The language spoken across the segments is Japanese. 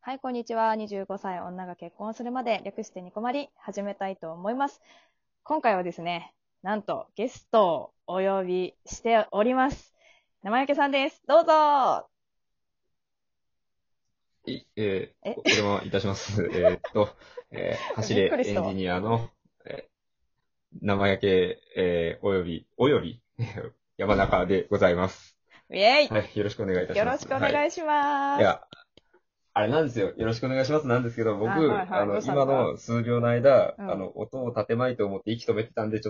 はい、こんにちは。25歳女が結婚するまで略してニコマリ始めたいと思います。今回はですね、なんとゲストをお呼びしております。生焼けさんです。どうぞ。 お邪魔いたします。走びっくれりしたわ。 エンジニアの、生焼け、および、山中でございます。 イェイ。 はい、よろしくお願いいたします。 よろしくおはい。 願いします。 いや、あれなんですよ。よろしくお願いしますなんですけど、 はいはい僕、 はい。どうしたんです今か？ の数秒の間、 うん。 音を立てまいと思って息止めてたんで、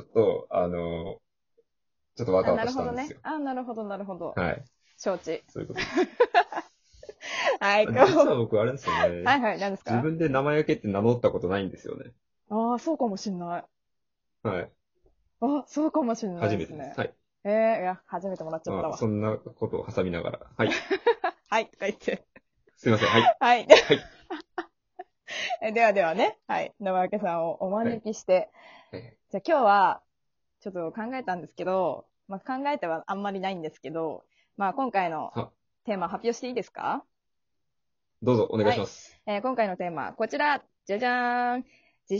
ちょっとわあ、 たわたなるほどね。 したんですよ。 あ、なるほどなるほど。 はい。 承知。 そういうことです。 はい、今日。 実は僕、あれですよね。 はいはい、何ですか？ 自分で生焼けって名乗ったことないんですよね。 ああ、そうかもしんない。 はい。 あ、そうかもしんない初めてです。 ですね。 はい。 いや、初めてもらっちゃっまあ、 たわ。 そんなことを挟みながら。はい。 はい、とか言って。 すいません。はい。 はい。 はい。 ではではね、はい、生焼けさんをおはい。 招きして、 えじゃあ今日は、ちょっと考えたんですけど、まあ、考えてはあんまりないんですけど、まあ、今回のは、 テーマ発表していいですか？ どうぞお願いはい。 します。 今回のテーマ、こちら、じゃじゃーん。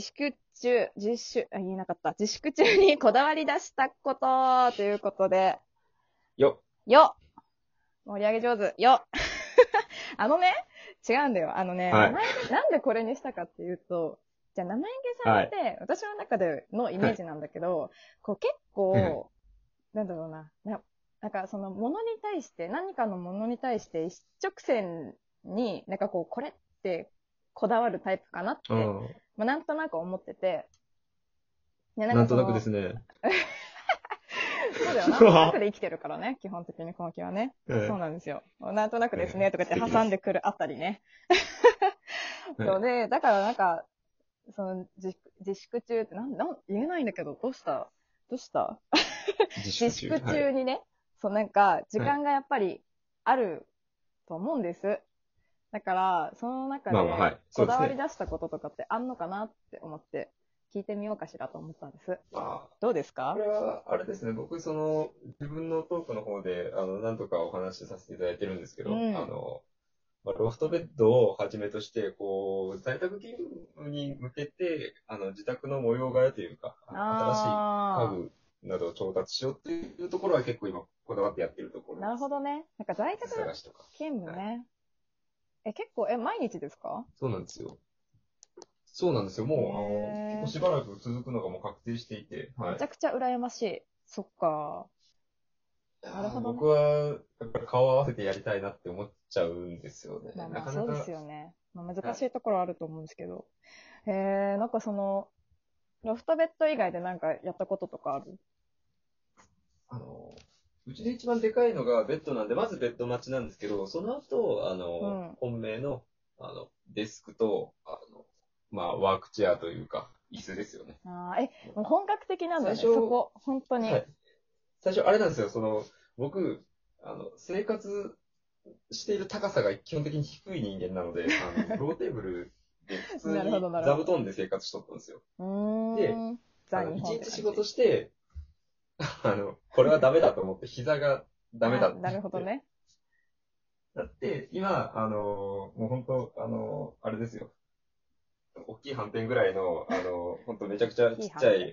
言えなかった。自粛中にこだわり出したことということで、 よ。 よっ盛り上げ上手よっあのね、違うんだよ。 はい。 なんでこれにしたかっていうと、じゃあ、生焼はい。 けさんって、私の中でのイはい。 メージなんだけど、こう結はい。 構、なんだろうな、なんかそのものに対して、何かのものに対して一直線に、なんかこう、これってこだわるタイプかなっあて、 あ、 まあ、なんとなく思ってて、で、なんなんとなくでかその、 すね。 そうだよ、なんとなくで生きてるからね、基本的にこの気はね。そうはなんですよ。なんとなくですね、とか素言って敵です。 挟んでくるあたりね。 はい。 そうで、だからなんか、その自粛中って、言えないんだけど、どうした自粛中。 自粛はい。 中にね、そうなんか、時はい。 間がやっぱりあると思うんです。だから、その中まあまあ、はで、 い。そこだわりうですね。 出したこととかってあんのかなって思って、聞いてみようかしらと思ったんです。 まあ、 どうですか？ これは、あれですね。僕、自分のトークの方で、何とかお話しさせていただいてるんですけど、 うん。 まあ、ロフトベッドをはじめとして、こう、在宅勤務に向けて、自宅の模様替えというか、新しい家あ具などを調達しようっていうところは結構今、こだわってやってるとこー、なるろですね。 ほどね。なんか在椅子宅探しとか。 勤務はい。 ね。結構、毎日ですか？ そうなんですよ。そうなんですよ。 へもう、結構え。 しばらく続くのがもう確定していて、はい。 めちゃくちゃ羨ましい。そっか。なるほどね。 僕は、やっぱり顔を合わせてやりたいなって思っちゃうんですよね。 まあまあ、そうでなかなか、 すよね。まあ、難しはい。 いところあると思うんですけど。へえ、なんかその、ロフトベッド以外でなんかやったこととかある？ あの、うちで一番でかいのがベッドなんで、まずベッド待ちなんですけど、その後、 うん。 本命の、デスクと、まあ、ワークチェアというか、椅子ですよね。 もう本格的なんだね、そ最初、 こ。本当に。 はい。最初、あれなんですよ、僕、生活している高さが基本的に低い人間なので、ローテーブルで普通なるほど、 になるほど。 座布団で生活しとったんですよ。 うで、 ーん。ザ・日一本って感じ。 日仕事して、これはダメだと思って、膝がダメだってな言って、 るほどね。 だって、今、もう本当、あれですよ。大きいはんぺんぐらいの、本当めちゃくちゃいいちっちはんぺん。 ゃい、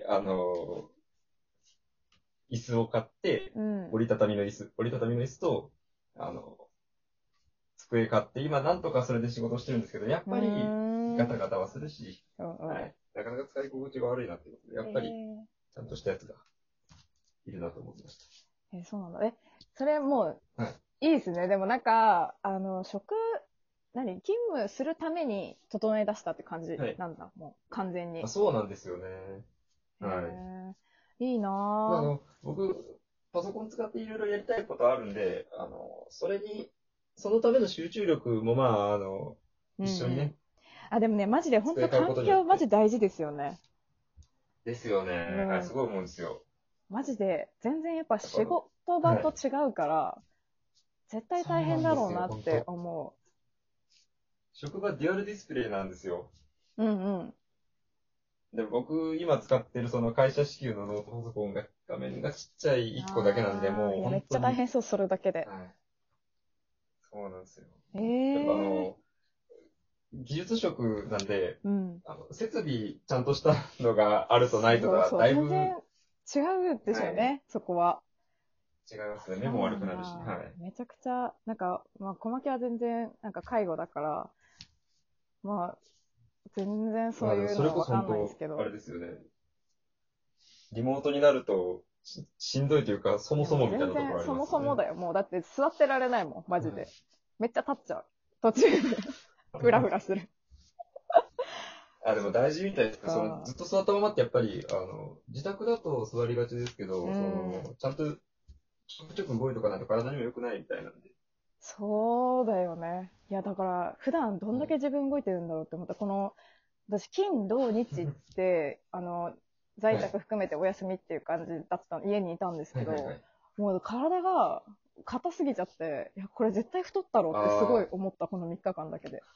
椅子を買って、 うん。 折りたたみの椅子と、あの、机買って、今なんとかそれで仕事してるんですけど、やっうーぱりガタん。 ガタはするし、 うんうん。 はい。なかなか使い心地が悪いなってことで、やっぱりえちゃんとしたやつがいるなと思いましそうなんだ。それもう、 た。はい。 いいですね。でもなんか、勤務するために整え出したって感じはい。 なんだ。もう、完全に。 そうなんですよね。 へはい。 え、いいまあ、 な僕、パソコン使っていろいろやりたいことあるんで、そのための集中力も、まあ、 ぁ。うんうん。 一緒にね、 でもね、マジで本当机買うこ環境マとによって。 ジ大事ですよね。 ですよね。はい、すうん。 ごい思うんですよ。 マジで、全然やっぱやっぱ仕事場はい。 と違うから、絶対大そうな変だろうんですよ、 なって本当思職場デュアルディスプレイなんですよ。 う。うんうん。 で、僕、今使ってるその会社支給のノートパソコンが、画面がちっちゃい1個だけなんで、もういや、めっちゃ大本当に、 変そう、それだけで。 はい。そうなんですよ。 えやっぱえ技術職なんで、 うん。 設備ちゃんとしたのがあるとないとか、だいぶ全然違うでしょうね、そこは。 違いますね。目そうもなんだ。 悪くなるし。はい。 めちゃくちゃ、なんか、まあ、小牧は全然、なんか介護だから、まあ、全然そういうまあでもそれのはわかんこそ本当、あないですけど。 れですよね。リモートになるとしんどいというか、そいや、もうもそもみたいなところあり全然そますよね。 もそもだよ。もうだって座ってられないもん、マジはい。 で。めっちゃ立っちゃう。途中でフラフラする。 あ、でも大事みたいですね。 か。 ずっと座ったままってやっぱり、自宅だと座りがちですけうど、 ん。 ちゃんと、ちょくちょく動いとかないと体にも良くないみたいなんで。 そうだよね。いや、だから、普段どんだけ自分動いてるんだろうって思った。私、金、土、日って、在はい。 宅含めてお休みっていう感じだった、家にいたんですけど、 はいはいはい。 もう体が硬すぎちゃって、いや、これ絶対太ったろうってすごいあ思った、この3日間だけで。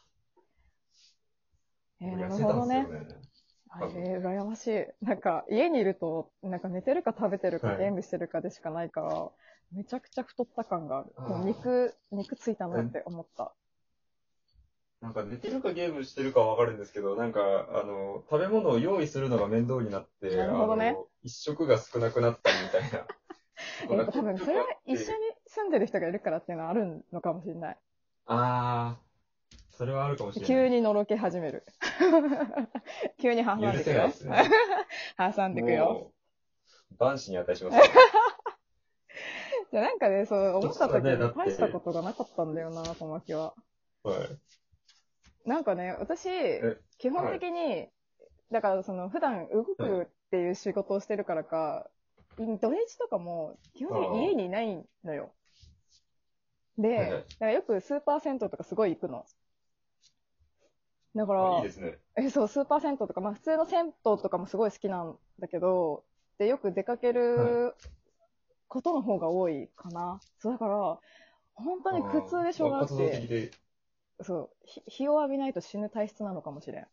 なる僕痩せほどね。 たんですよね。多分。 羨ましい。なんか、家にいると、なんか寝てるか食べてるかはい。 ゲームしてるかでしかないから、めちゃくちゃ太った感がある。もうあ肉ついたあ。 なって思った。 なんか寝てるかゲームしてるかはわかるんですけど、なんか、食べ物を用意するのが面倒になって、 なるほどね。 一食が少なくなったりみたいなことやっがぱ多分それは結構あって、 一緒に住んでる人がいるからっていうのはあるのかもしれない。 ああ、それはあるかもしれない。 急にのろけ始める。急に挟許せんでくよ。 ないですね。 挟んでくよ。 もう、万死に値しますよね。 じゃあなんかね、そうそ思ったしたらね、だ時に大したこって、 とがなかったんだよな、小牧は。 はい。 なんかね、私、基本はい。 的に、だから普段動はい。 くっていう仕事をしてるからか、土日とかも基本あ的に家あ、 にいないのよ。で、 はいはい。 だからよくスーパー銭湯とかすごい行くの。だかあ、いいら、 ですね。 そう、スーパー銭湯とか、まあ普通の銭湯とかもすごい好きなんだけど、で、よく出かけはい。 ることの方が多いかな。そう、だから、本当に苦ああ、 痛でしょうがなくまあ活動的て、 で。 そう、日を浴びないと死ぬ体質なのかもしれん。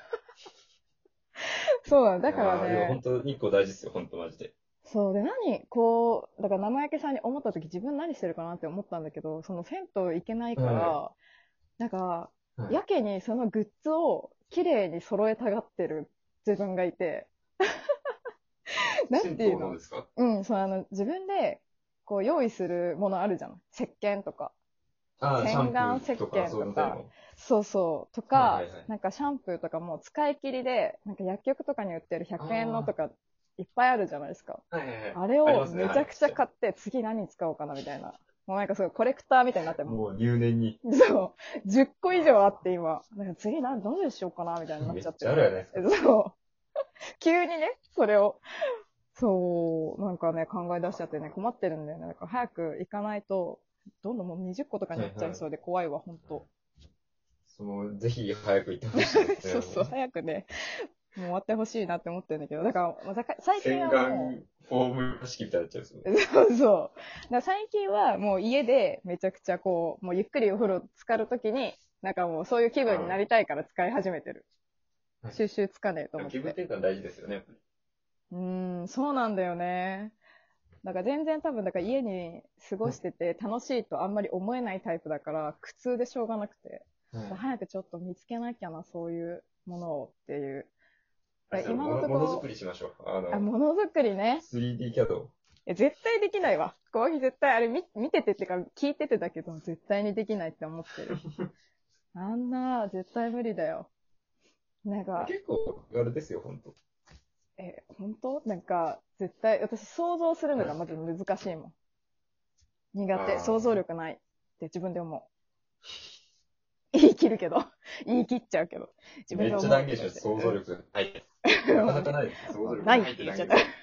そうなの。だからいやー、でもね、 本当日光大事ですよ、本当マジで。 そうで、だから生焼けさんに思った時自分何してるかなって思ったんだけど、その銭湯行けないかはい。 ら、なんか、 はい。 やけにそのグッズを綺麗に揃えたがってる自分がいて、なん銭湯ていうの。 のですか？ うん、自分で、用意するものあるじゃん。石鹸とか。 ああ、シャ洗ンプ顔石ーとか、そういう鹸とか、 のの。 そうそう、とか、 はいはいはい。 なんかシャンプーとかも使い切りで、なんか薬局とかに売ってる100円のとあかいっぱいあるじゃないですか。 あ、はいはいはい。 あれありますね、はい。 をめちゃくちゃ買って次何に使おうかなみたいな。もうなんかすごいコレクターみたいになってももう入念に。 そう、10個以上あって今。なんか次どれしようかなみたいになっめっちゃってて。 ちゃあるじゃないですか。 そう。急にね、それを。そう、なんかね、考え出しちゃってね、困ってるんだよね。だから早く行かないと、どんどんもう20個とかになっちゃはいはい。 いそうで怖いわ、ほんと。 ぜひ早く行ってほしいですね、 そうそう、 もう。 早くね、もう終わってほしいなって思ってるんだけど、だから、最近洗はも顔フォーム式みたいになっちゃうんですよ。 う、そうそう。だから最近はもう家でめちゃくちゃもうゆっくりお風呂浸かるときに、なんかもうそういう気分になりあたいから使い始めてる。 あ、はい。 収集つかねえと思っ気分て。 転換大事ですよね、やっぱり。 そうなんだよね。だから全然多分、だから家に過ごはい。 してて楽しいとあんまり思えないタイプだから、苦痛でしょうがなくて。 はい。 早くちょっと見つけなきゃな、そういうものをっていう。 あれですよ、 今のとものづくころ、 りしましょう。 ものづくりね。 3D キャド。 絶対できないわ。コーヒー絶対、あれ見ててってか、聞いててだけど、絶対にできないって思ってる。あんな、絶対無理だよ。なんか、 結構手軽ですよ、本当。 本当なんか、絶対、私想像するのはい。 がまず難しいもん。苦手。想像あ力ないって自分で思う。言い切るけど。言い切っちゃうけど。自分でめっちゃ思うとか言って。 断言します。想像力ない。なかなかないです。想像力ないっないってて言っちゃった。 断言する。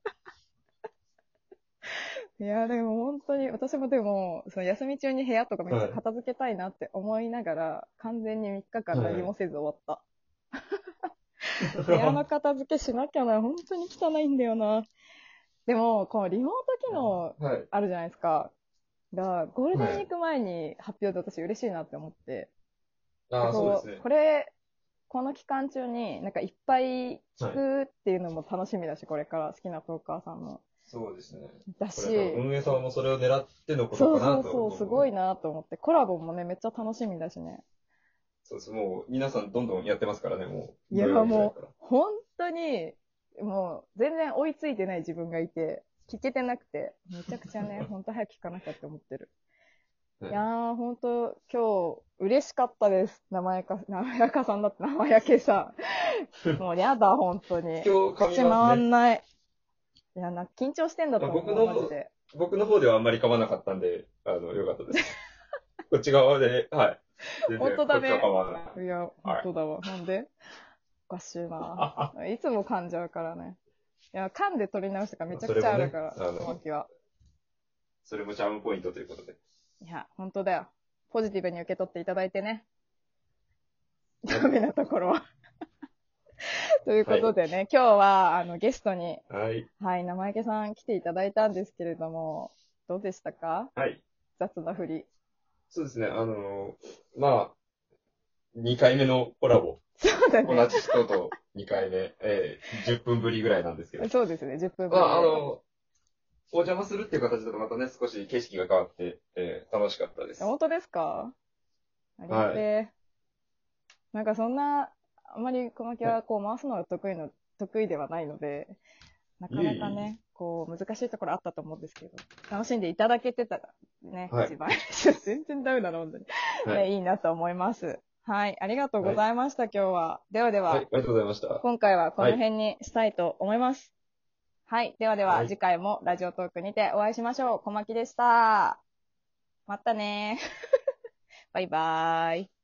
いや、でも本当に、私もでも、その休み中に部屋とかめっちゃはい。 片付けたいなって思いながら、完全に3日間何はい。 もせず終わった。部屋の片付けしなきゃな、本当に汚いんだよな。でも、このリモート機能はい。 あるじゃないですか。ゴールデンウィーはい。 ク前に発表で私嬉しいなって思って。で、 ああ、そうですね。 この期間中になんかいっぱい聞はい。 くっていうのも楽しみだし、これから好きなトーカーさんの。 そうですね。 だこれ多分し、 運営さんもそれを狙ってのことそうかなそうそう、すと思うので。 ごいなと思って、コラボもね、めっちゃ楽しみだしね。 そうです。もう、皆さんどんどんやってますからね、もう。 いや、 土曜日ぐらいもうから、 本当に、もう、全然追いついてない自分がいて、聞けてなくて、めちゃくちゃね、本当早く聞かなきゃって思ってる。 はいいやー、本当今日、嬉しかったです。生やかさんだって生やけさ。もうやだ、本当に。 今日噛み口ますね。 回んない。いや、緊張してんだと思う、マジで。 僕の方ではあんまり噛まなかったんで、よかったです。こっち側で、はい。全本然、こっちは当だね。 噛まない。 いや、本当だわ。なんでおかしいな。いつも噛んじゃうからね。いや、噛んで取り直したからめちゃくちゃあるから、小牧は。 それもチャームポイントということで。 いや、本当だよ。ポジティブに受け取っていただいてね。ダメなところは。ということでね、今日は、ゲストに、 はい。 はい、生池さん来ていただいたんですけれども、どうでしたか？ はい。 雑な振り。 そうですね、まあ、2回目のコラボ。 そうだね。 同じ人と2回目、10分ぶりぐらいなんですけど。 そうですね、10分ぶりで。 まあ、お邪魔するっていう形だとまたね、少し景色が変わって、楽しかったです。 本当ですか？ありがてえ。なんかそんな、あんまり小牧はこう回すのが得意ではないので、なかなかね、こう難しいところあったと思うんですけど、楽しんでいただけてたらね、 はい一番全然ダメだな、本当に。 はい。 ね、いいなと思います。はい、ありがとうございました、今日は。ではでは、 はい、ありがとうございました。 今回はこはい。 の辺にしたいと思います。はい、ではでは、 はい。 次回もラジオトークにてお会いしましょう。小牧でした。またねバイバーイ。